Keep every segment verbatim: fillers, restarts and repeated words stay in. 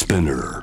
Spinner.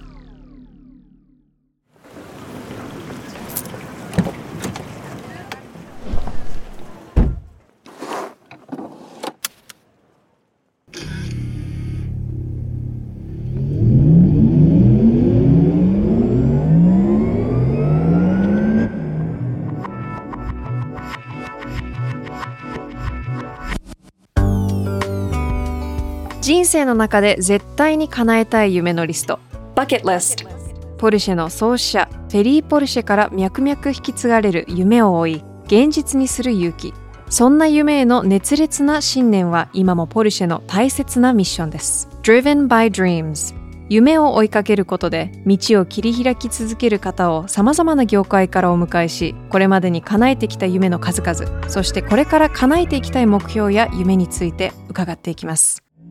人生の中で絶対に叶えたい夢のリスト Bucket List。 ポルシェの創始者フェリー・ポルシェから脈々引き継がれる夢を追い現実にする勇気。そんな夢への熱烈な信念は今もポルシェの大切なミッションです。 Driven by Dreams。 夢を追いかけることで道を切り開き続ける方をさまざまな業界からお迎えし、これまでに叶えてきた夢の数々、そしてこれから叶えていきたい目標や夢について伺っていきます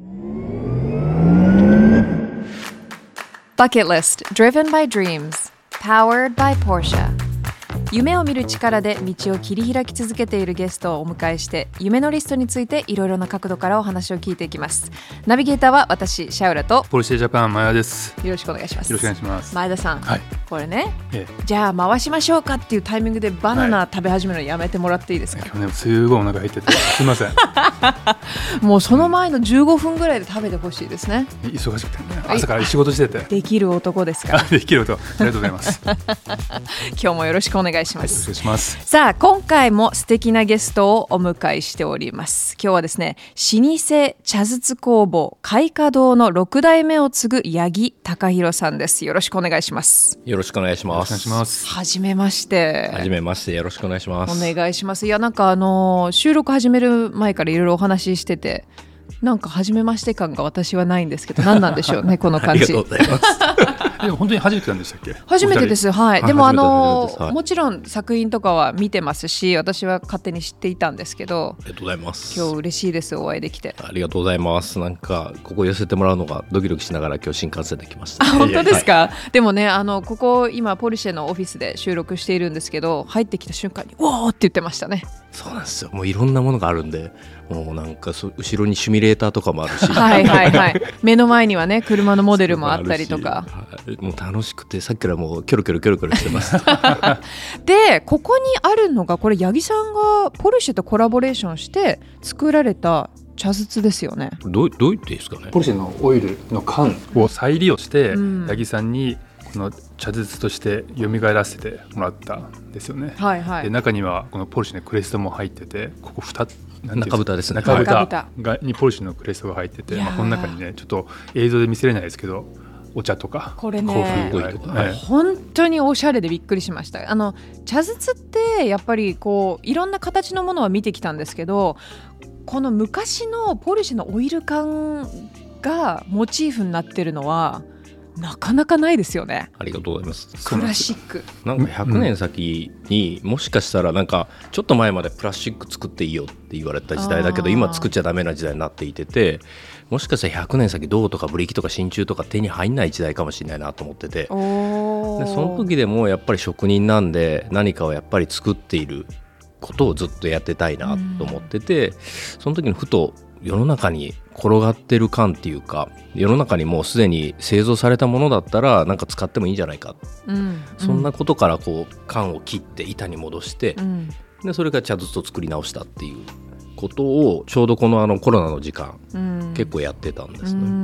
。Bucket List Driven by Dreams Powered by Porsche。 夢を見る力で道を切り開き続けているゲストをお迎えして夢のリストについていろいろな角度からお話を聞いていきます。ナビゲーターは私シャウラとポルシェジャパン前田です。 よろしくお願いします。 よろしくお願いします。 前田さん、 はい、 これね、 ええ、 じゃあ回しましょうかっていうタイミングでバナナ食べ始めるのやめてもらっていいですか。 今日ねすごいお腹入っててすいませんもうその前のじゅうごふんぐらいで食べてほしいですね。 忙しくてね、朝から仕事しててできる男ですからできる男、ありがとうございます今日もよろしくお願いします、 はい、よろしくお願いします。 さあ今回も素敵なゲストをお迎えしております。今日はですね、老舗茶筒工房開花堂のろく代目を継ぐ八木貴弘さんです。よろしくお願いします。 よろしくお願いします。 はじめまして。 はじめまして、よろしくお願いします。 お願いします。いやなんかあの収録始める前からいろいろお話ししてて、なんか初めまして感が私はないんですけど、何なんでしょうねこの感じ。 ありがとうございますでも本当に初めてなんでしたっけ。 初めてです。はい、 はい、 でもあの、 はい、 もちろん作品とかは見てますし、私は勝手に知っていたんですけど、 ありがとうございます。 今日嬉しいです、お会いできて。 ありがとうございます。なんかここ寄せてもらうのがドキドキしながら今日新幹線で来ました。 あ、本当ですか。 はい、 でもね、あのここ今ポルシェのオフィスで収録しているんですけど、入ってきた瞬間におーって言ってましたね。 そうなんですよ。もういろんなものがあるんで、もうなんかそ後ろにシミュレーターとかもあるしはいはいはい目の前にはね車のモデルもあったりとか、 はい、もう楽しくてさっきからもうキョロキョロキョロキョロしてますでここにあるのが、これ八木さんがポルシェとコラボレーションして作られた茶筒ですよね。 どう、どう言っていいですかね。 ポルシェのオイルの缶を再利用して、うん、八木さんにこの茶筒として蘇らせてもらったんですよね。 はいはい、 で中にはこのポルシェのクレストも入ってて、ここふたつ中蓋ですね。 中蓋がにポルシェのクレストが入ってて、まあ、この中にねちょっと映像で見せれないですけど、お茶とかこれねコーヒーが、 はい、本当におしゃれでびっくりしました。あの茶筒ってやっぱりこういろんな形のものは見てきたんですけど、この昔のポルシェのオイル缶がモチーフになってるのはなかなかないですよね。 ありがとうございます。 クラシックなんかひゃくねん先にもしかしたらなんかちょっと前までプラスチック作っていいよって言われた時代だけど、今作っちゃダメな時代になっていてて、もしかしたらひゃくねん先銅とかブリキとか真鍮とか手に入んない時代かもしれないなと思ってて、でその時でもやっぱり職人なんで何かをやっぱり作っていることをずっとやってたいなと思ってて、その時にふと世の中に転がってる缶っていうか、世の中にもうすでに製造されたものだったらなんか使ってもいいんじゃないか、うん、そんなことからこう缶を切って板に戻して、うん、でそれが茶筒と作り直したっていうことをちょうどこのあのコロナの時間、うん、結構やってたんですね。うん、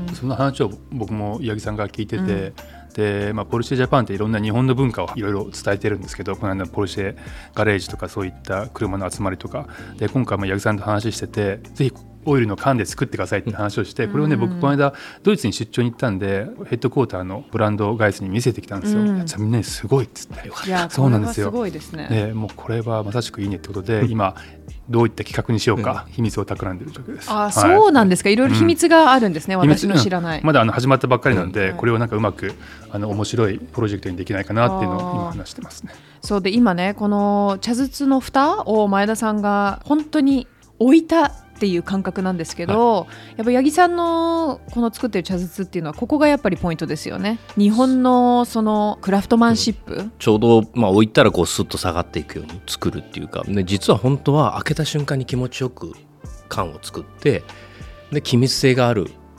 その話を僕も八木さんが聞いてて、うんでまあ、ポルシェジャパンっていろんな日本の文化をいろいろ伝えてるんですけど、この間ポルシェガレージとかそういった車の集まりとかで、今回も八木さんと話してて、ぜひオイルの缶で作ってくださいって話をして、これをね僕この間ドイツに出張に行ったんで、ヘッドクォーターのブランドガイスに見せてきたんですよ。うん、みんなにすごいっつって。 いやそうなんですよ。 これはすごいですね。 でもうこれはまさしくいいねってことで、今どういった企画にしようか、うん、秘密を企んでいる状況です。 あ、はい、そうなんですか。いろいろ秘密があるんですね、うん、私の知らない。 まだあの始まったばっかりなので、うん、これをなんかうまくあの面白いプロジェクトにできないかなっていうのを今話してますね。 そうで今ね、この茶筒の蓋を前田さんが本当に置いたっていう感覚なんですけど、はい、やっぱ八木さんのこの作ってる茶筒っていうのはここがやっぱりポイントですよね。日本のそのクラフトマンシップ、うん、 ちょうどまあ置いたらこうスッと下がっていくように作るっていうか、で実は本当は開けた瞬間に気持ちよく缶を作って、で気密性がある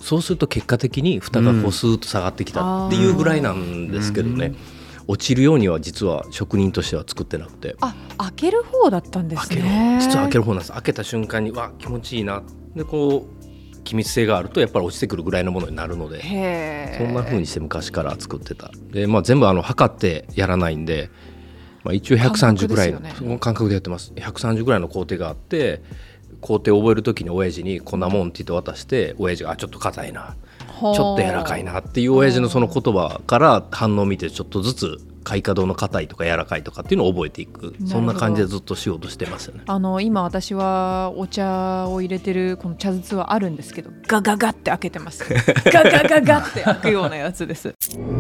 そうすると結果的に蓋がこうスーッと下がってきたっていうぐらいなんですけどね、うん、落ちるようには実は職人としては作ってなくて。 あ、開ける方だったんですね。 実は開ける方なんです。開けた瞬間にわ気持ちいいなでこう気密性があるとやっぱり落ちてくるぐらいのものになるので、 へそんな風にして昔から作ってたで、まあ、全部あの測ってやらないんで、まあ、一応ひゃくさんじゅうぐらいの感覚、ね、その感覚でやってます。ひゃくさんじゅうぐらいの工程があって工程を覚えるときに親父にこんなもんって言って渡して親父があちょっと硬いなちょっと柔らかいなっていう親父のその言葉から反応を見てちょっとずつ開花堂の硬いとか柔らかいとかっていうのを覚えていく、そんな感じでずっと仕事してますよね。 あの今私はお茶を入れてるこの茶筒はあるんですけどガガガって開けてますガガガガって開くようなやつです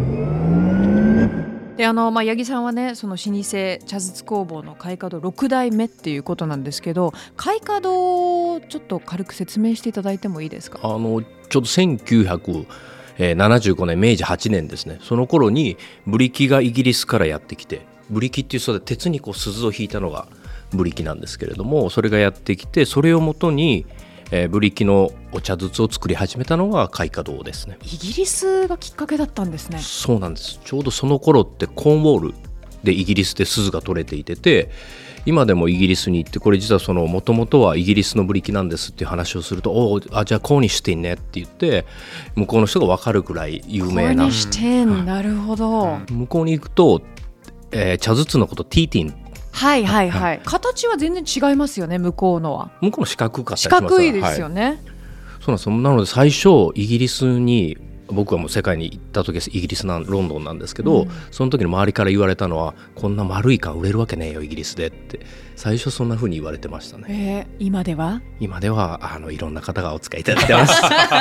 であの、まあ、八木さんはねその老舗茶筒工房の開花堂ろくだいめっていうことなんですけど、開花堂をちょっと軽く説明していただいてもいいですか。 あのちょうどせんきゅうひゃくななじゅうごねん明治はちねんですね。その頃にブリキがイギリスからやってきて、ブリキっていうそうで鉄にこう鈴を引いたのがブリキなんですけれども、それがやってきてそれをもとにえー、ブリキのお茶筒を作り始めたのが開花堂ですね。 イギリスがきっかけだったんですね。 そうなんです。ちょうどその頃ってコーンウォールでイギリスで鈴が取れていてて、今でもイギリスに行ってこれ実はその元々はイギリスのブリキなんですっていう話をすると、おあじゃあコーニシュテンねって言って向こうの人が分かるくらい有名な。 コーニシュテン、なるほど。 向こうに行くと、えー、茶筒のことティーティンはいはいはい、はい、形は全然違いますよね。向こうのは向こうの四角かったりします。 四角いですよね、はい、 そうなんです。なので最初イギリスに僕はもう世界に行った時はイギリスなんロンドンなんですけど、うん、その時の周りから言われたのはこんな丸い缶売れるわけねえよイギリスでって最初そんな風に言われてましたね。 えー、今では今ではあのいろんな方がお使いいただいてます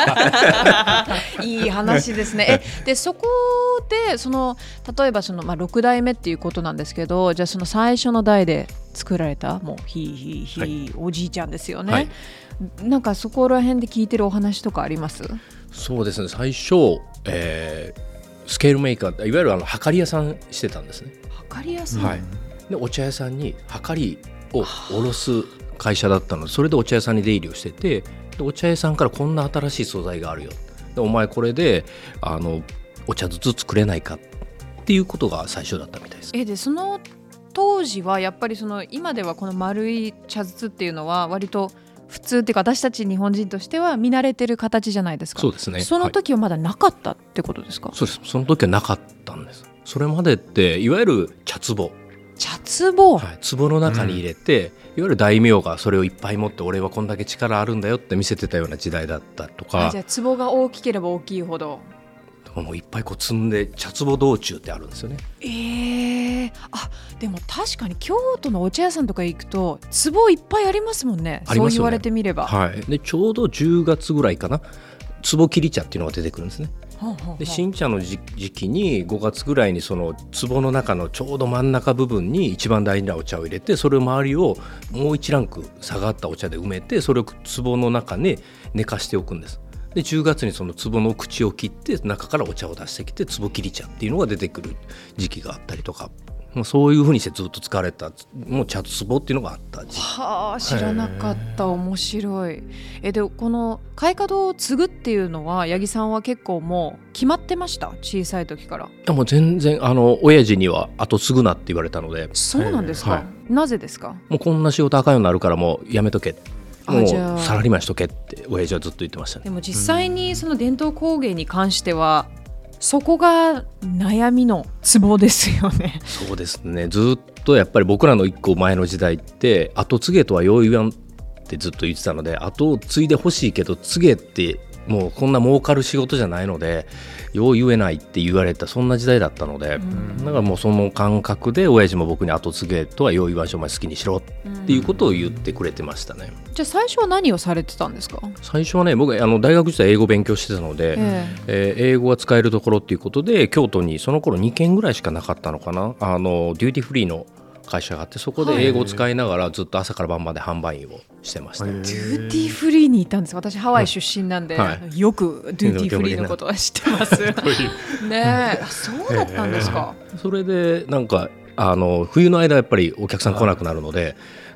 いい話ですね。えでそこでその例えばその、まあ、ろくだいめっていうことなんですけど、じゃあその最初の代で作られたもうひいひいひい、はい、おじいちゃんですよね、はい、なんかそこら辺で聞いてるお話とかあります？ そうですね。最初、えー、スケールメーカーいわゆるあのはかり屋さんしてたんですね。 はかり屋さん、 はい、でお茶屋さんにはかりを卸す会社だったので、それでお茶屋さんに出入りをしてて、でお茶屋さんからこんな新しい素材があるよ、でお前これであのお茶ずつ作れないかっていうことが最初だったみたいです。 えでその当時はやっぱりその今ではこの丸い茶筒っていうのは割と普通っていうか私たち日本人としては見慣れてる形じゃないですか。 そうですね。 その時はまだなかったってことですか？ はい、そうです。その時はなかったんです。それまでっていわゆる茶壺茶壺、 はい、壺の中に入れて、うん、いわゆる大名がそれをいっぱい持って俺はこんだけ力あるんだよって見せてたような時代だったとか。 あじゃあ壺が大きければ大きいほどもういっぱいこう積んで茶壺道中ってあるんですよね。 えー、あでも確かに京都のお茶屋さんとか行くと壺いっぱいありますもんね。 ありますよね。 そう言われてみれば、 はい、でちょうどじゅうがつぐらいかな、壺切り茶っていうのが出てくるんですね。で新茶の時期にごがつぐらいにその壺の中のちょうど真ん中部分に一番大事なお茶を入れて、それを周りをもういちランク下がったお茶で埋めて、それを壺の中に寝かしておくんです。でじゅうがつにその壺の口を切って中からお茶を出してきて壺切り茶っていうのが出てくる時期があったりとか、もうそういう風にしてずっと使われたもう茶壺っていうのがあった時期。はあ知らなかった。面白い。えでこの開花堂を継ぐっていうのは八木さんは結構もう決まってました？小さい時から。いやもう全然あの親父には後継ぐなって言われたので。 そうなんですか、はい、なぜですか？ もうこんな仕事あかんようになるからもうやめとけ、もうサラリーマンしとけって親父はずっと言ってましたね。 でも実際にその伝統工芸に関してはそこが悩みのツボですよね。 そうですね。ずっとやっぱり僕らの一個前の時代って後継げとはよう言わんってずっと言ってたので、後を継いでほしいけど継げってもうこんな儲かる仕事じゃないのでよう言えないって言われたそんな時代だったので、うん、だからもうその感覚で親父も僕に後継げとはよう言わんしお前好きにしろっていうことを言ってくれてましたね。 うん、じゃあ最初は何をされてたんですか？ 最初はね僕あの大学時代英語勉強してたので、えーえー、英語が使えるところっていうことで京都にその頃にけんぐらいしかなかったのかな、あのデューティーフリーの会社があって、そこで英語を使いながらずっと朝から晩まで販売員をしてました。 デューティーフリーにいたんです。私ハワイ出身なんで、はい、よくデューティーフリーのことは知ってますねえそうだったんですか。 それでなんかあの冬の間やっぱりお客さん来なくなるので、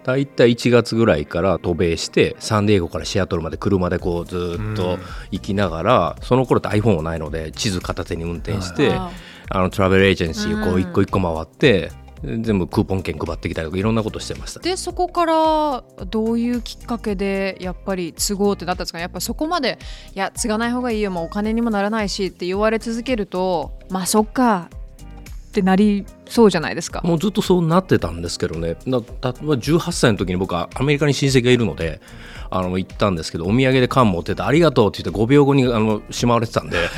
だいたいいちがつぐらいから渡米してサンディエゴからシアトルまで車でこうずっと行きながら、うん、その頃って iPhone もないので地図片手に運転して、うん、あのトラベルエージェンシーをこう一個一個回って、うん、全部クーポン券配ってきたりとかいろんなことしてました。 でそこからどういうきっかけでやっぱり継ごうってなったんですか？やっぱそこまでいや継がない方がいいよもうお金にもならないしって言われ続けるとまあそっかってなりそうじゃないですか。 もうずっとそうなってたんですけどね。だじゅうはっさいの時に僕はアメリカに親戚がいるのであの行ったんですけど、お土産で缶持っててありがとうって言ってごびょうごにあのしまわれてたんで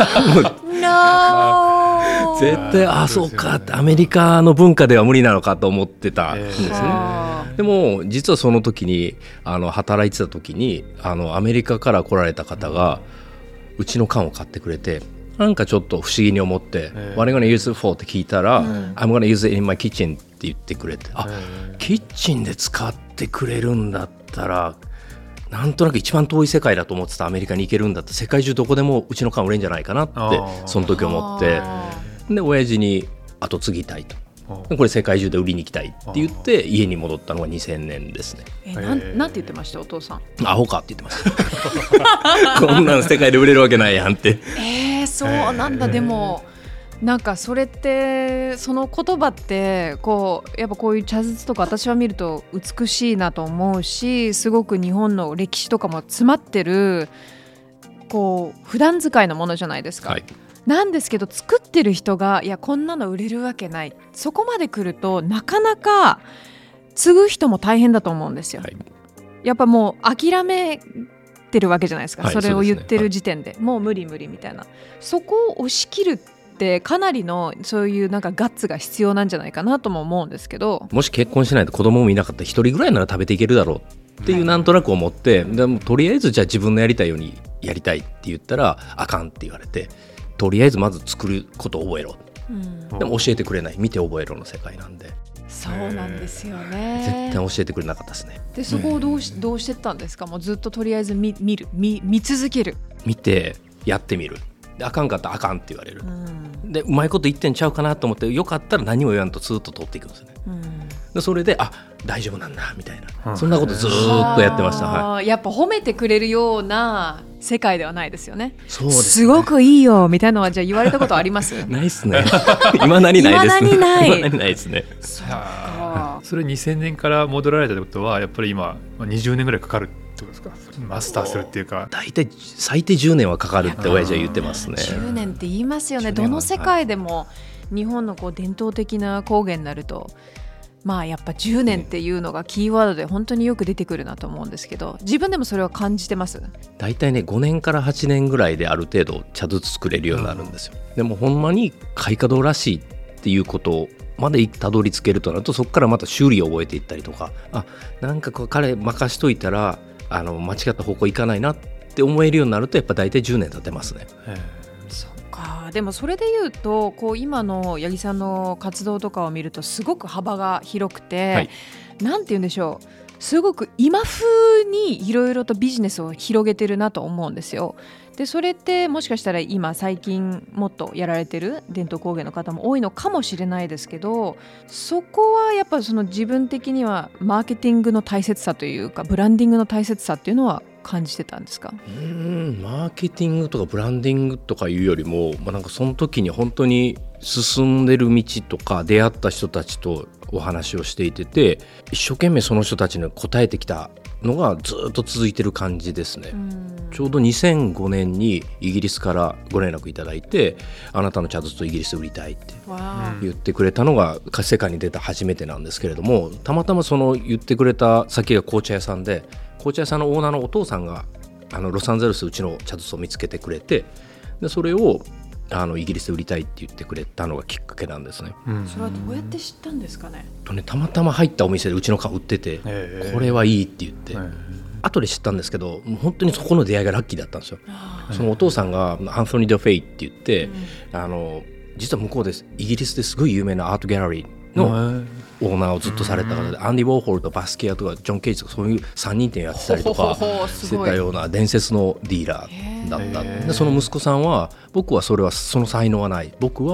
no! 絶対あそうかってアメリカの文化では無理なのかと思ってたんですね、えー、でも実はその時にあの働いてた時にあのアメリカから来られた方がうちの缶を買ってくれて、なんかちょっと不思議に思って、えー、What are you gonna use it for? って聞いたら、うん、I'm gonna use it in my kitchen って言ってくれて、あ、えー、キッチンで使ってくれるんだったらなんとなく一番遠い世界だと思ってたアメリカに行けるんだって、世界中どこでもうちの缶売れんじゃないかなってその時思って、で親父に後継ぎたいと、これ世界中で売りに行きたいって言って家に戻ったのがにせんねんですね。 えー、なんなんて言ってましたお父さん？ アホかって言ってましたこんなん世界で売れるわけないやんって。 えー、そうなんだ。でもなんかそれってその言葉ってこうやっぱこういう茶筒とか私は見ると美しいなと思うし、すごく日本の歴史とかも詰まってるこう普段使いのものじゃないですか、はい、なんですけど作ってる人がいやこんなの売れるわけない、そこまで来るとなかなか継ぐ人も大変だと思うんですよ、はい、やっぱもう諦めてるわけじゃないですか、はい、それを言ってる時点 で, で、はい、もう無理無理みたいな、そこを押し切るってかなりのそういうなんかガッツが必要なんじゃないかなとも思うんですけど、 もし結婚しないと子供もいなかったら一人ぐらいなら食べていけるだろうっていうなんとなく思って、はい、でもとりあえずじゃあ自分のやりたいようにやりたいって言ったらあかんって言われて、とりあえずまず作ることを覚えろ、うん、でも教えてくれない、見て覚えろの世界なんで。 そうなんですよね。 絶対教えてくれなかったですね。 でそこをどうし、うん、どうしてったんですか？もうずっととりあえず 見, 見る 見, 見続ける、 見てやってみる、であかんかったらあかんって言われる、うん、でうまいこと言ってんちゃうかなと思ってよかったら何も言わんとずっと通っていくんですよね、うん、でそれであ大丈夫なんだみたいな、うん、そんなことずっとやってました、はい、 やっぱ褒めてくれるような世界ではないですよね。 そうですね、 すごくいいよみたいなのはじゃあ言われたことあります？ ないっすねいまだにないですね。 いまだにない。 いまだにないですね。 そうか。それにせんねんから戻られたってことはやっぱり今にじゅうねんぐらいかかるってことですか？マスターするっていうかだいたい最低じゅうねんはかかるって親父は言ってますね。 じゅうねんって言いますよね。どの世界でも日本のこう伝統的な工芸になるとまあやっぱじゅうねんっていうのがキーワードで本当によく出てくるなと思うんですけど、自分でもそれは感じてます？ だいたいねごねんからはちねんぐらいである程度茶筒作れるようになるんですよ、うん、でもほんまに開花堂らしいっていうことまでたどり着けるとなると、そこからまた修理を覚えていったりとか、あなんかこう彼任しといたらあの間違った方向行かないなって思えるようになるとやっぱだいたいじゅうねん経てますね。 そうか。でもそれでいうとこう今の八木さんの活動とかを見るとすごく幅が広くて、はい、なんて言うんでしょう、すごく今風にいろいろとビジネスを広げてるなと思うんですよ。でそれってもしかしたら今最近もっとやられてる伝統工芸の方も多いのかもしれないですけど、そこはやっぱその自分的にはマーケティングの大切さというかブランディングの大切さっていうのは感じてたんですか？ うーんマーケティングとかブランディングとかいうよりも、まあ、なんかその時に本当に進んでる道とか出会った人たちとお話をしていてて、一生懸命その人たちに応えてきたのがずっと続いてる感じですね。ちょうどにせんごねんにイギリスからご連絡いただいて、あなたの茶筒とイギリスで売りたいって言ってくれたのが世界に出た初めてなんですけれども、たまたまその言ってくれた先が紅茶屋さんで、紅茶屋さんのオーナーのお父さんがあのロサンゼルスうちの茶筒を見つけてくれて、でそれをあのイギリスで売りたいって言ってくれたのがきっかけなんですね、 うん、それはどうやって知ったんですかね？ とねたまたま入ったお店でうちの缶売ってて、これはいいって言って、後で知ったんですけど本当にそこの出会いがラッキーだったんですよ。そのお父さんがアンソニー・ド・フェイって言って、うん、あの実は向こうでイギリスですごい有名なアートギャラリーのオーナーをずっとされた方で、アンディ・ウォーホルとバスキアとかジョン・ケイジとかそういうさんにん店やってたりとかしてたような伝説のディーラーだった。でその息子さんは僕はそれはその才能はない、僕は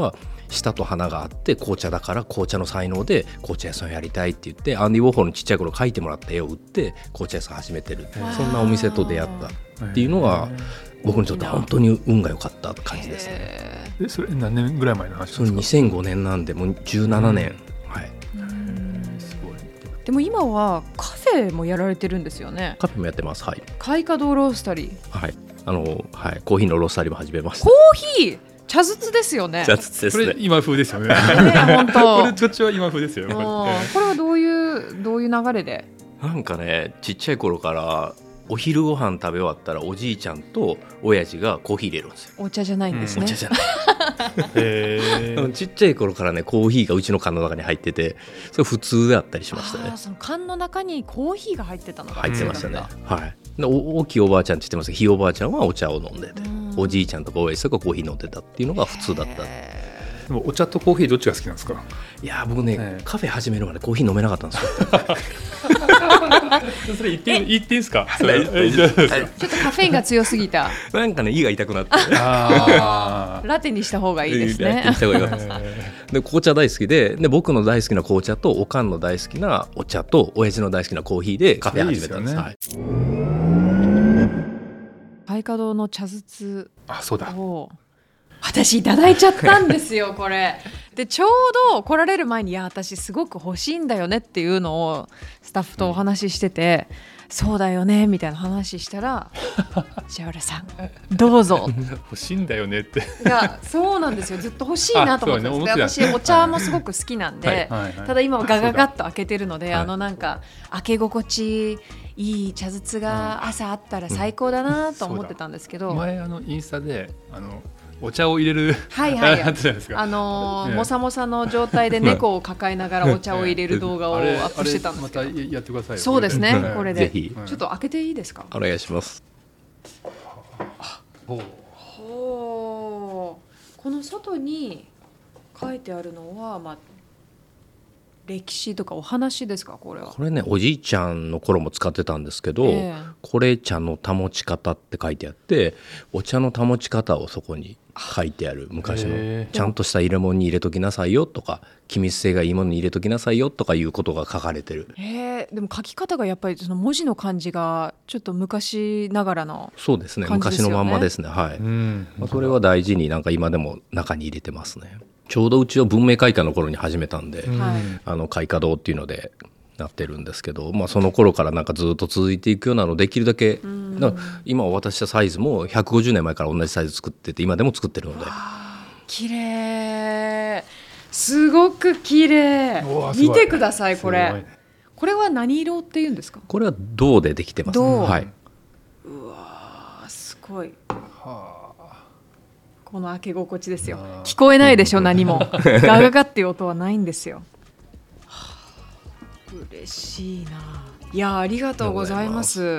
舌と鼻があって紅茶だから紅茶の才能で紅茶屋さんをやりたいって言ってアンディ・ウォーホルのちっちゃい頃描いてもらった絵を売って紅茶屋さん始めてる、そんなお店と出会ったっていうのが僕にとって本当に運が良かった感じですね。 でそれ何年ぐらい前の話ですか？ それにせんごねんなんでもうじゅうななねん、うん、はい、 すごい。でも今はカフェもやられてるんですよね。 カフェもやってます。はい。 開花堂ロースタリー。 はい。あのはいコーヒーのロースタリーも始めました。 コーヒー茶筒ですよね。 茶筒ですね。 これ今風ですよね。 本当。 これ土地は今風ですよ。 これはどういうどういう流れで？ なんかねちっちゃい頃からお昼ご飯食べ終わったらおじいちゃんと親父がコーヒー入れるんですよ。 お茶じゃないんですね。 お茶じゃない。ちっちゃい頃からねコーヒーがうちの缶の中に入っててそれ普通だったりしましたね。 あその缶の中にコーヒーが入ってたのが入ってましたね。はい。でお大きいおばあちゃんって言ってますけどひいおばあちゃんはお茶を飲んでておじいちゃんとか親父とかコーヒー飲んでたっていうのが普通だった。 でもお茶とコーヒーどっちが好きなんですか？ いや僕ねカフェ始めるまでコーヒー飲めなかったんですよ。 それ言って言っていいですか？ ちょっとカフェインが強すぎた。 なんかね胃が痛くなってあラテにした方がいいですね。 ラテにした方がいいですで紅茶大好きで、で僕の大好きな紅茶とおかんの大好きなお茶と親父の大好きなコーヒーでカフェ始めたんです。いいですよね。 開花堂の茶筒あそうだを私いただいちゃったんですよこれでちょうど来られる前にいや私すごく欲しいんだよねっていうのをスタッフとお話ししてて、うん、そうだよねみたいな話したらシャウラさんどうぞ欲しいんだよねっていやそうなんですよずっと欲しいなと思ってたんです、ね、私お茶もすごく好きなんで、はいはいはい、ただ今はガガガッと開けてるので、はい、あのなんか開け心地いい茶筒が朝あったら最高だなと思ってたんですけど、 うん、前あのインスタであのお茶を入れるはいはいあのーね、もさもさの状態で猫を抱えながらお茶を入れる動画をアップしてたんですけど、 またやってくださいよ。 そうですねこれでぜひちょっと開けていいですか？ お願いします。 ほうほうこの外に書いてあるのは、まあ、歴史とかお話ですか？これはこれねおじいちゃんの頃も使ってたんですけど、えー、これ茶の保ち方って書いてあってお茶の保ち方をそこに書いてある昔のちゃんとした入れ物に入れときなさいよとか気密性がいいものに入れときなさいよとかいうことが書かれてる。 へでも書き方がやっぱりその文字の感じがちょっと昔ながらの感じですよね。 そうですね昔のまんまですね。はい、うんまあ、それは大事になんか今でも中に入れてますね。ちょうどうちは文明開化の頃に始めたんで、うん、あの開花堂っていうのでなってるんですけど、まあ、その頃からなんかずっと続いていくようなのできるだけ、うん、だ今お渡ししたサイズもひゃくごじゅうねんまえから同じサイズ作ってて今でも作ってるので。 綺麗すごく綺麗見てくださいこれ、ね、これは何色っていうんですか？これは銅でできてます、ねはい、うわすごいはあこの開け心地ですよ。聞こえないでしょ何もガガガっていう音はないんですよ。嬉しいな。いやありがとうございます。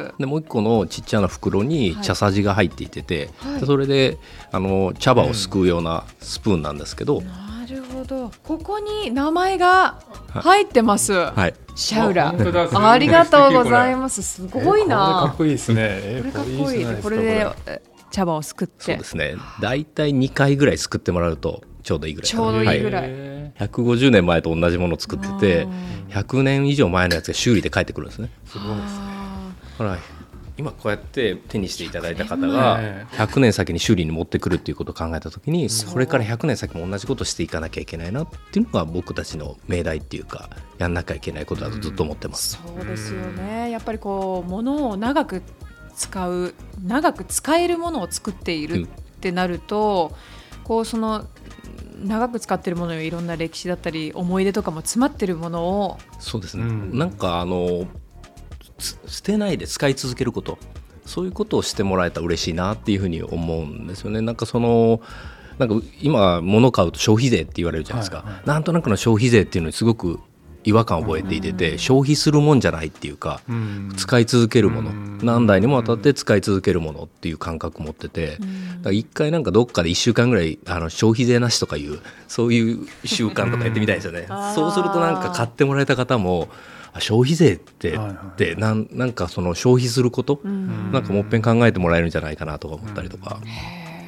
でもう一個のちっちゃな袋に茶さじが入っていてて、はい、それであの茶葉をすくうようなスプーンなんですけど、うん、なるほどここに名前が入ってます、はい、シャウラ あ, ありがとうございます。すごいな。これかっこいいですね。これかっこいい。これで茶葉をすくってそうですねだいたいにかいぐらいすくってもらうとちょうどいいぐらいちょうどいいぐらい、はい、ひゃくごじゅうねんまえと同じものを作っててひゃくねん以上前のやつが修理で返ってくるんですね。すごいですね。ほら今こうやって手にしていただいた方がひゃくねん先に修理に持ってくるっていうことを考えた時にこれからひゃくねん先も同じことしていかなきゃいけないなっていうのが僕たちの命題っていうかやんなきゃいけないことだとずっと思ってます、うん、そうですよね。やっぱりこう物を長く使う長く使えるものを作っているってなると、うん、こうその長く使ってるものにいろんな歴史だったり思い出とかも詰まってるものをそうですね、うん、なんかあの捨てないで使い続けることそういうことをしてもらえたら嬉しいなっていうふうに思うんですよね。なんかそのなんか今物買うと消費税って言われるじゃないですか、はいはい、なんとなくの消費税っていうのにすごく違和感を覚えていてて、うん、消費するもんじゃないっていうか、うん、使い続けるもの、うん、何代にもわたって使い続けるものっていう感覚を持ってて、うん、だから一回なんかどっかでいっしゅうかんぐらいあの消費税なしとかいうそういう習慣とかやってみたいですよね、うん、そうするとなんか買ってもらえた方も消費税って、はいはい、でな ん, なんかその消費すること、うん、なんかもっぺん考えてもらえるんじゃないかなとか思ったりとか、うん、へーなる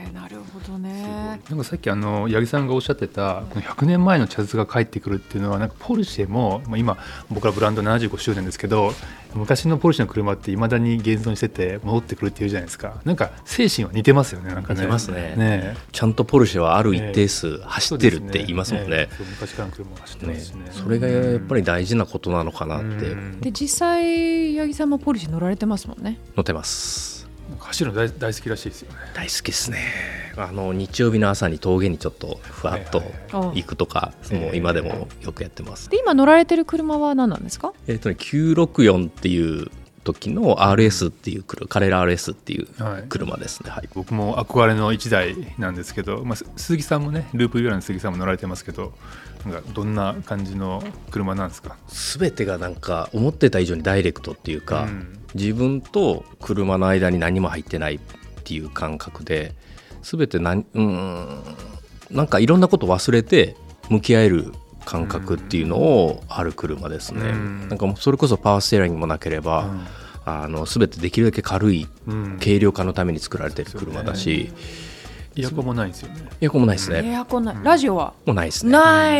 ほどね。 なんかさっきあの八木さんがおっしゃってたこのひゃくねんまえの茶筒が帰ってくるっていうのはなんかポルシェも、まあ、今僕らブランドななじゅうごしゅうねんですけど昔のポルシェの車っていまだに現存してて戻ってくるっていうじゃないですか。なんか精神は似てますよね。なんかね似てますね。 ねちゃんとポルシェはある一定数走ってるって言いますもんね。 えーそうですねえーそう昔からの車も走ってますしね。 ねそれがやっぱり大事なことなのかなって。 で実際八木さんもポルシェ乗られてますもんね。 乗ってます。 走るの 大, 大好きらしいですよね。 大好きですね。あの日曜日の朝に峠にちょっとふわっと行くとか、もう今でもよくやってます。 で今乗られてる車は何なんですか？ えっとねきゅうろくよんっていう時の アールエス っていう車、カレラ アールエス っていう車ですね、はいはい、 僕も憧れのいちだいなんですけど、まあ、鈴木さんもねループビューラーの鈴木さんも乗られてますけど、なんかどんな感じの車なんですか？ 全てがなんか思ってた以上にダイレクトっていうか、うん、自分と車の間に何も入ってないっていう感覚で全て何うーんなんかいろんなこと忘れて向き合える感覚っていうのをある車ですね、うん、なんかもうそれこそパワーステアリングもなければ、うん、あの全てできるだけ軽い、うん、軽量化のために作られてる車だし、 エアコンもないんですよね。 エアコンもないですね。 エアコンない。ラジオはもうないですね。 ない。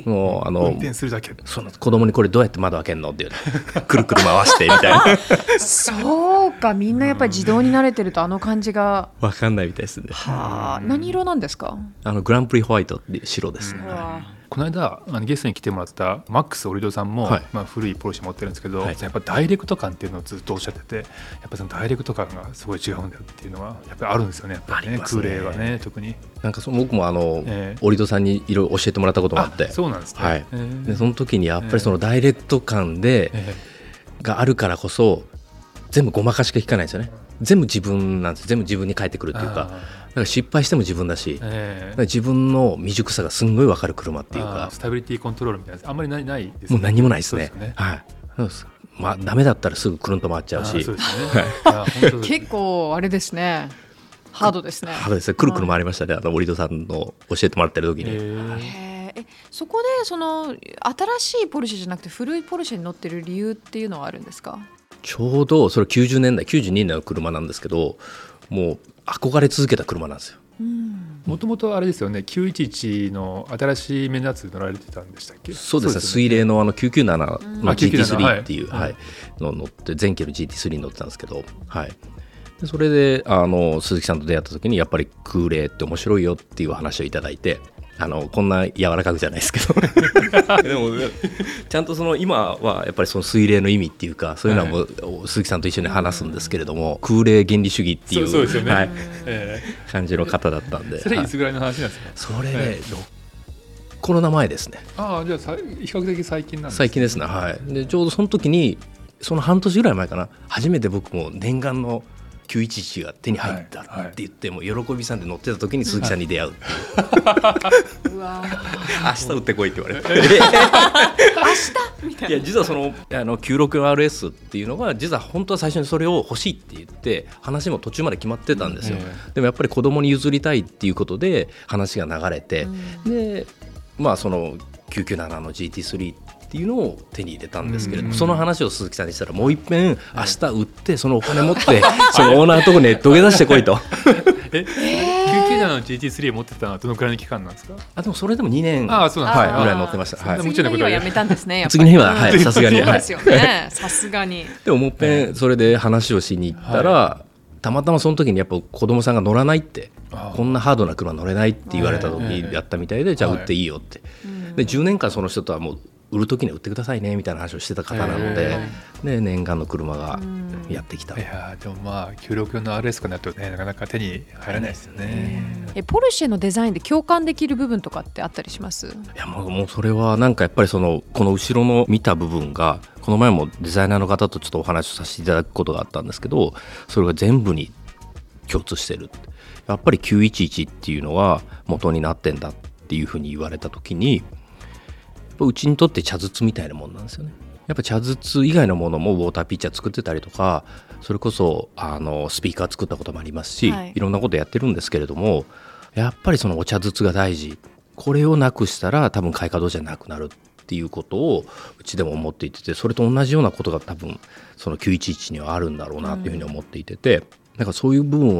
もうあの運転するだけ。 その子供にこれどうやって窓開けんのっていうくるくる回してみたいなそうか、みんなやっぱり自動に慣れてるとあの感じが分かんないみたいですね。 はあ、何色なんですか？ あのグランプリホワイトって白ですね。 この間あのゲストに来てもらったマックスオリドさんも、はい、まあ、古いポルシェ持ってるんですけど、はい、やっぱダイレクト感っていうのをずっとおっしゃってて、やっぱそのダイレクト感がすごい違うんだよっていうのはやっぱりあるんですよね。やっぱりね、空冷はね特に。 なんかその僕もあの、えー、オリドさんにいろいろ教えてもらったことがあって、 あ、そうなんですね。 はい、えー、でその時にやっぱりそのダイレクト感で、えー、があるからこそ全部ごまかしか聞かないですよね。全部自分なんです。全部自分に返ってくるっていうか。だから失敗しても自分だし、えー、自分の未熟さがすんごい分かる車っていうか、 スタビリティコントロールみたいなあんまりない、ないですね。 もう何もないですね。 そうですね、 はい、そうです。まあ、ダメだったらすぐくるんと回っちゃうし、 そうですね、 結構あれですね、ハードですね。 ハードですね。くるくる回りましたね、あのオリドさんの教えてもらってる時に。 ええ、そこでその新しいポルシェじゃなくて古いポルシェに乗ってる理由っていうのはあるんですか？ ちょうどそれきゅうじゅうねんだいきゅうじゅうにねんだいの車なんですけど、もう憧れ続けた車なんですよ。 もともとあれですよね、きゅういちいちの新しい目のやつ乗られてたんでしたっけ？ そうですね、水冷のあのきゅうきゅうななの ジーティースリー っていう、はいはい、の乗って全キャル ジーティースリー に乗ってたんですけど、はい、でそれであの鈴木さんと出会った時にやっぱり空冷って面白いよっていう話をいただいて、あのこんな柔らかくじゃないですけどでもちゃんとその今はやっぱりその水冷の意味っていうか、そういうのはもう、はい、鈴木さんと一緒に話すんですけれども、空冷原理主義っていう、 そうですよね、 はい、えー、感じの方だったんで。 それいつぐらいの話なんですか？ それね、 えー、コロナ前ですね。 ああ、じゃあ比較的最近なんですね。 最近ですね、はい。でちょうどその時にその半年ぐらい前かな、初めて僕も念願のきゅういちいちが手に入ったって言って、はいはい、もう喜びさんで乗ってた時に鈴木さんに出会うっていう、うわ明日売ってこいって言われて明日みたいな。いや実はそのあの きゅうろくよんアールエス っていうのが実は本当は最初にそれを欲しいって言って話も途中まで決まってたんですよ、うん、でもやっぱり子供に譲りたいっていうことで話が流れて、うん、でまあそのきゅうきゅうななの ジーティースリーっていうのを手に入れたんですけれども、その話を鈴木さんにしたら、もう一遍明日売ってそのお金持ってそのオーナーのところに土下座してこいとえ、きゅうきゅうななの ジーティースリー 持ってたのはどのくらいの期間なんですか？ あでもそれでもにねんぐらい乗ってました。 はい、次の日はやめたんですね。 次の日ははいさすがにそうですよね、さすがに。 でももう一遍それで話をしに行ったら、はい、たまたまその時にやっぱ子供さんが乗らないって、こんなハードな車乗れないって言われた時にやったみたいで、じゃあ売っていいよって、でじゅうねんかんその人とはもう売る時には売ってくださいねみたいな話をしてた方なので、で念願の車がやってきた。 いやでもまあきゅうろくよんの アールエス とかになるとね、なかなか手に入らないですよね。 えポルシェのデザインで共感できる部分とかってあったりします？いやもう、もうそれはなんかやっぱりそのこの後ろの見た部分が、この前もデザイナーの方とちょっとお話をさせていただくことがあったんですけど、それが全部に共通してる。やっぱりきゅういちいちっていうのは元になってんだっていうふうに言われた時に、うちにとって茶筒みたいなもんなんですよね。やっぱ茶筒以外のものもウォーターピッチャー作ってたりとか、それこそあのスピーカー作ったこともありますし、はい、いろんなことやってるんですけれども、やっぱりそのお茶筒が大事、これをなくしたら多分開花堂じゃなくなるっていうことをうちでも思っていてて、それと同じようなことが多分そのきゅういちいちにはあるんだろうなっていうふうに思っていてて、うん、なんかそういう部分は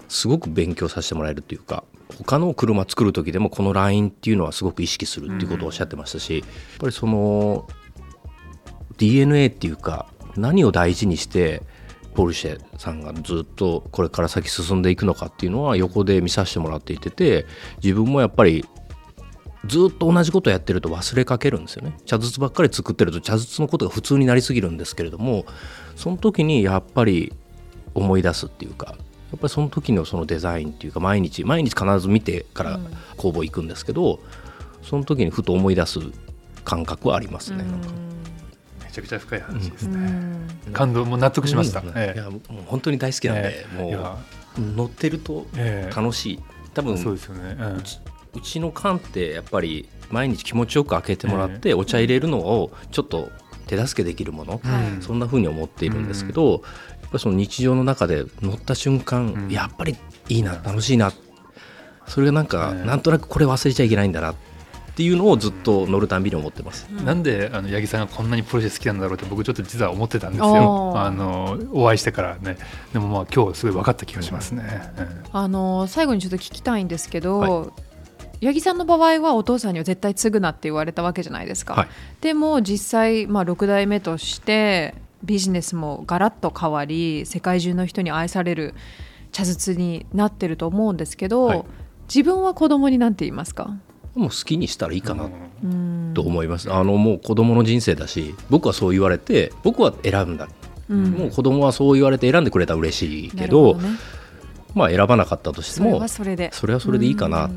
すごく勉強させてもらえるというか、他の車作る時でもこのラインっていうのはすごく意識するっていうことをおっしゃってましたし、やっぱりその ディーエヌエー っていうか何を大事にしてポルシェさんがずっとこれから先進んでいくのかっていうのは横で見させてもらっていてて、自分もやっぱりずっと同じことやってると忘れかけるんですよね。茶筒ばっかり作ってると茶筒のことが普通になりすぎるんですけれども、その時にやっぱり思い出すっていうか、やっぱりその時のそのデザインっていうか毎日毎日必ず見てから工房行くんですけど、うん、その時にふと思い出す感覚はありますね。なんかめちゃくちゃ深い話ですね、うん、感動も納得しました、うんええ、 いやもう本当に大好きなんで、ええ、もう乗ってると楽しい、ええ、多分そうですよね、うんうち、うちの缶ってやっぱり毎日気持ちよく開けてもらってお茶入れるのをちょっと手助けできるもの、うん、そんな風に思っているんですけど、うん、やっぱりその日常の中で乗った瞬間、うん、やっぱりいいな楽しいな、それがなんか、うん、なんとなくこれ忘れちゃいけないんだなっていうのをずっと乗るたんびに思ってます、 うん、なんであの八木さんがこんなにポルシェ好きなんだろうって僕ちょっと実は思ってたんですよ、あのお会いしてからね。でもまあ今日すごい分かった気がしますね、うん、 あの最後にちょっと聞きたいんですけど、はい、八木さんの場合はお父さんには絶対継ぐなって言われたわけじゃないですか、はい、でも実際、まあ、ろく代目としてビジネスもガラッと変わり世界中の人に愛される茶筒になってると思うんですけど、はい、自分は子供に何て言いますか？ もう好きにしたらいいかなと思います。あのもう子供の人生だし、僕はそう言われて僕は選んだ、うん、もう子供はそう言われて選んでくれたら嬉しいけど、ね、まあ選ばなかったとしてもそれはそれで、それはそれでいいかなって。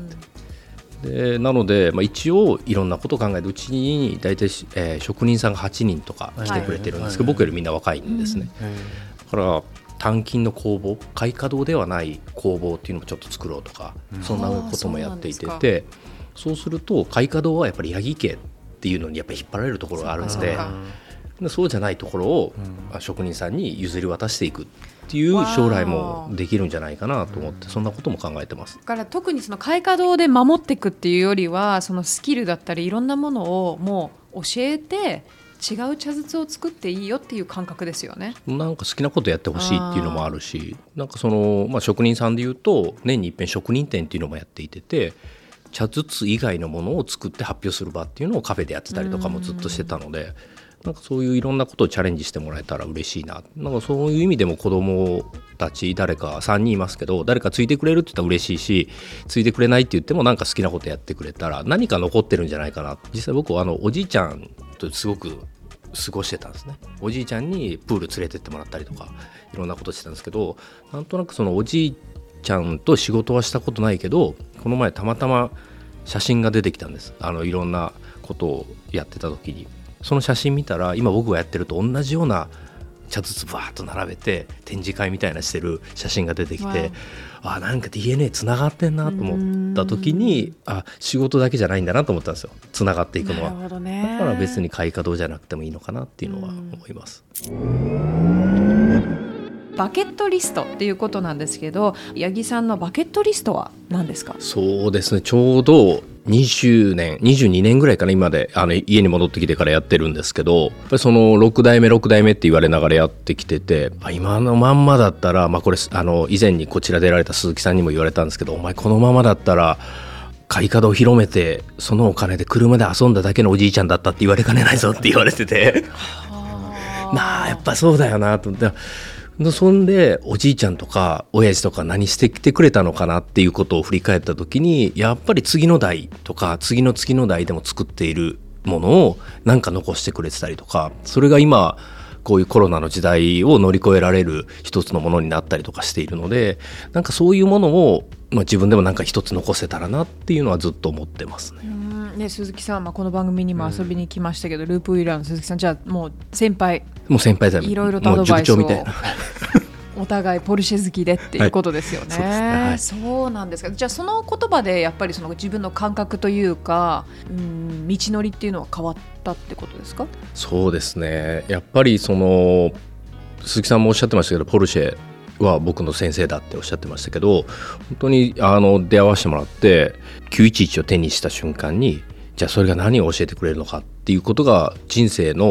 でなので、まあ、一応いろんなことを考えてうちに大体、えー、職人さんがはちにんとか来てくれてるんですけど、はい、僕よりみんな若いんですね、うん、だから単金の工房、開花堂ではない工房っていうのもちょっと作ろうとか、うん、そんなこともやっていてて、そうすると開花堂はやっぱり八木家っていうのにやっぱり引っ張られるところがあるので、そう、そうじゃないところを、うん、職人さんに譲り渡していくっていう将来もできるんじゃないかなと思って、そんなことも考えてます。 だから特にその開花堂で守っていくっていうよりは、そのスキルだったりいろんなものをもう教えて違う茶筒を作っていいよっていう感覚ですよね。 なんか好きなことやってほしいっていうのもあるし、なんかその、まあ、職人さんでいうと年に一遍職人展っていうのもやっていてて、茶筒以外のものを作って発表する場っていうのをカフェでやってたりとかもずっとしてたので、なんかそういういろんなことをチャレンジしてもらえたら嬉しいな。なんかそういう意味でも子供たち誰かさんにんいますけど、誰かついてくれるって言ったら嬉しいし、ついてくれないって言ってもなんか好きなことやってくれたら何か残ってるんじゃないかな。実際僕はあのおじいちゃんとすごく過ごしてたんですね。おじいちゃんにプール連れてってもらったりとかいろんなことしてたんですけど、なんとなくそのおじいちゃんと仕事はしたことないけど、この前たまたま写真が出てきたんです。あのいろんなことをやってた時にその写真見たら、今僕がやってると同じような茶筒バーッと並べて展示会みたいなしてる写真が出てきて、あ、なんか ディーエヌエー つながってんなと思った時に、あ、仕事だけじゃないんだなと思ったんですよ、つながっていくのは。なるほどね。だから別に開花堂じゃなくてもいいのかなっていうのは思います。 バケットリストっていうことなんですけど、八木さんのバケットリストは何ですか？ そうですね、ちょうどにじゅうねんにじゅうにねんぐらいかな、今であの家に戻ってきてからやってるんですけど、やっぱりそのろく代目ろく代目って言われながらやってきてて、今のまんまだったら、まあ、これあの以前にこちらで出られた鈴木さんにも言われたんですけど、お前このままだったら開花堂を広めてそのお金で車で遊んだだけのおじいちゃんだったって言われかねないぞって言われててなあ、やっぱそうだよなと思って、そんでおじいちゃんとか親父とか何してきてくれたのかなっていうことを振り返った時に、やっぱり次の代とか次の次の代でも作っているものをなんか残してくれてたりとか、それが今こういうコロナの時代を乗り越えられる一つのものになったりとかしているので、なんかそういうものを、まあ、自分でもなんか一つ残せたらなっていうのはずっと思ってますね。 うんね、鈴木さん、まあ、この番組にも遊びに来ましたけど、うん、ループウィーラーの鈴木さん、じゃあもう先輩、 もう先輩だ、 いろいろとアドバイスをお互いポルシェ好きでっていうことですよね。はい、そうですね、はい、そうなんですか。じゃあその言葉でやっぱりその自分の感覚というか、うん、道のりっていうのは変わったってことですか？ そうですね、やっぱりその鈴木さんもおっしゃってましたけど、ポルシェは僕の先生だっておっしゃってましたけど、本当にあの出会わせてもらってきゅういちいちを手にした瞬間に、じゃあそれが何を教えてくれるのかっていうことが人生の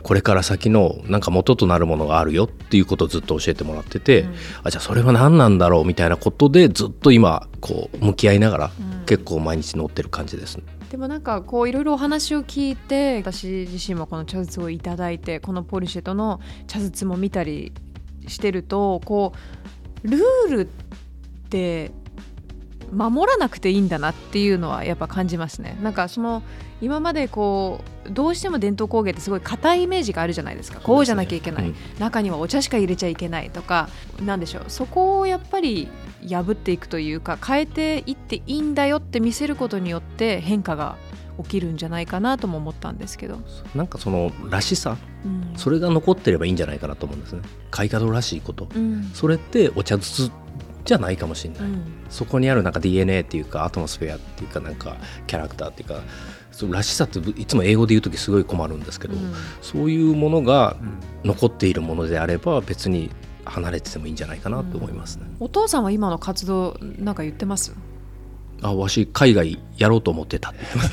これから先のなんか元となるものがあるよっていうことをずっと教えてもらってて、うん、あじゃあそれは何なんだろうみたいなことでずっと今こう向き合いながら結構毎日乗ってる感じですね。 うん、でもなんかこういろいろお話を聞いて、私自身もこの茶筒をいただいて、このポルシェとの茶筒も見たりしてると、こうルールって守らなくていいんだなっていうのはやっぱ感じますね。なんかその今までこうどうしても伝統工芸ってすごい硬いイメージがあるじゃないですか。こうじゃなきゃいけない、うん、中にはお茶しか入れちゃいけないとか、なんでしょう、そこをやっぱり破っていくというか、変えていっていいんだよって見せることによって変化が起きるんじゃないかなとも思ったんですけど、 なんかそのらしさ、うん、それが残ってればいいんじゃないかなと思うんですね。開花堂らしいこと、うん、それってお茶筒じゃないかもしれない、うん、そこにあるなんか ディーエヌエー っていうかアトモスフェアっていうかなんかキャラクターっていうか、そのらしさっていつも英語で言うときすごい困るんですけど、うん、そういうものが残っているものであれば別に離れててもいいんじゃないかなと思いますね。 うん、お父さんは今の活動なんか言ってます？ あ、わし海外やろうと思ってたって言って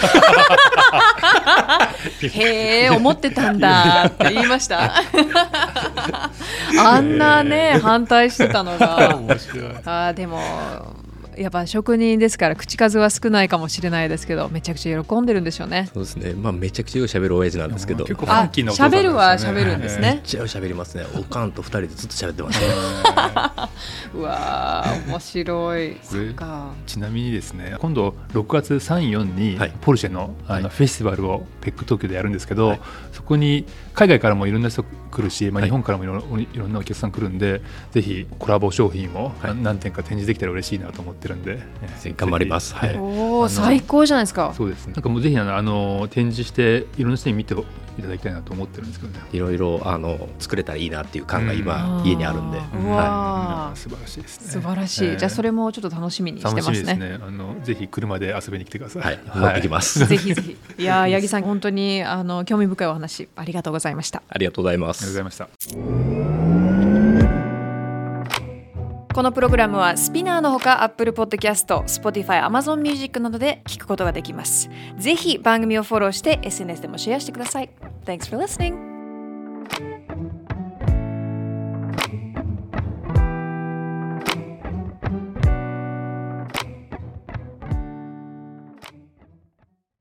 ますへー、思ってたんだって言いましたあんなね反対してたのが面白い。あ、でもやっぱ職人ですから口数は少ないかもしれないですけど、めちゃくちゃ喜んでるんでしょうね。 そうですね、まあ、めちゃくちゃよく喋る親父なんですけど、 結構ファンキーなお父さんですね。 喋るは喋るんですね。 めっちゃ喋りますね。おかんとふたりでずっと喋ってますねうわー面白い。そっか。 ちなみにですね、今度ろくがつさん、よっかにポルシェ の, あのフェスティバルをペック東京でやるんですけど、はい、そこに海外からもいろんな人来るし、まあ、日本からもいろ, いろんなお客さん来るんで、ぜひコラボ商品を何点か展示できたら嬉しいなと思ってるんで、 ぜひ頑張ります。はい、 お最高じゃないですか。 そうですね。なんかもうぜひあのあの展示していろんな人に見ていただきたいなと思ってるんですけどね。 いろいろあの作れたらいいなっていう感が今、うん、家にあるんで、 うわ、 はい、素晴らしいですね。 素晴らしい、えー、じゃあそれもちょっと楽しみにしてますね。 楽しみですね。あのぜひ車で遊びに来てください。 はい、乗ってきます、 はい、ぜひぜひ。いや八木さん本当にあの興味深いお話ありがとうございました。 ありがとうございます。 ありがとうございました。 このプログラムはスピナーのほか Apple Podcast、Spotify、Amazon Music などで聞くことができます。ぜひ番組をフォローして エスエヌエス でもシェアしてください。Thanks for listening!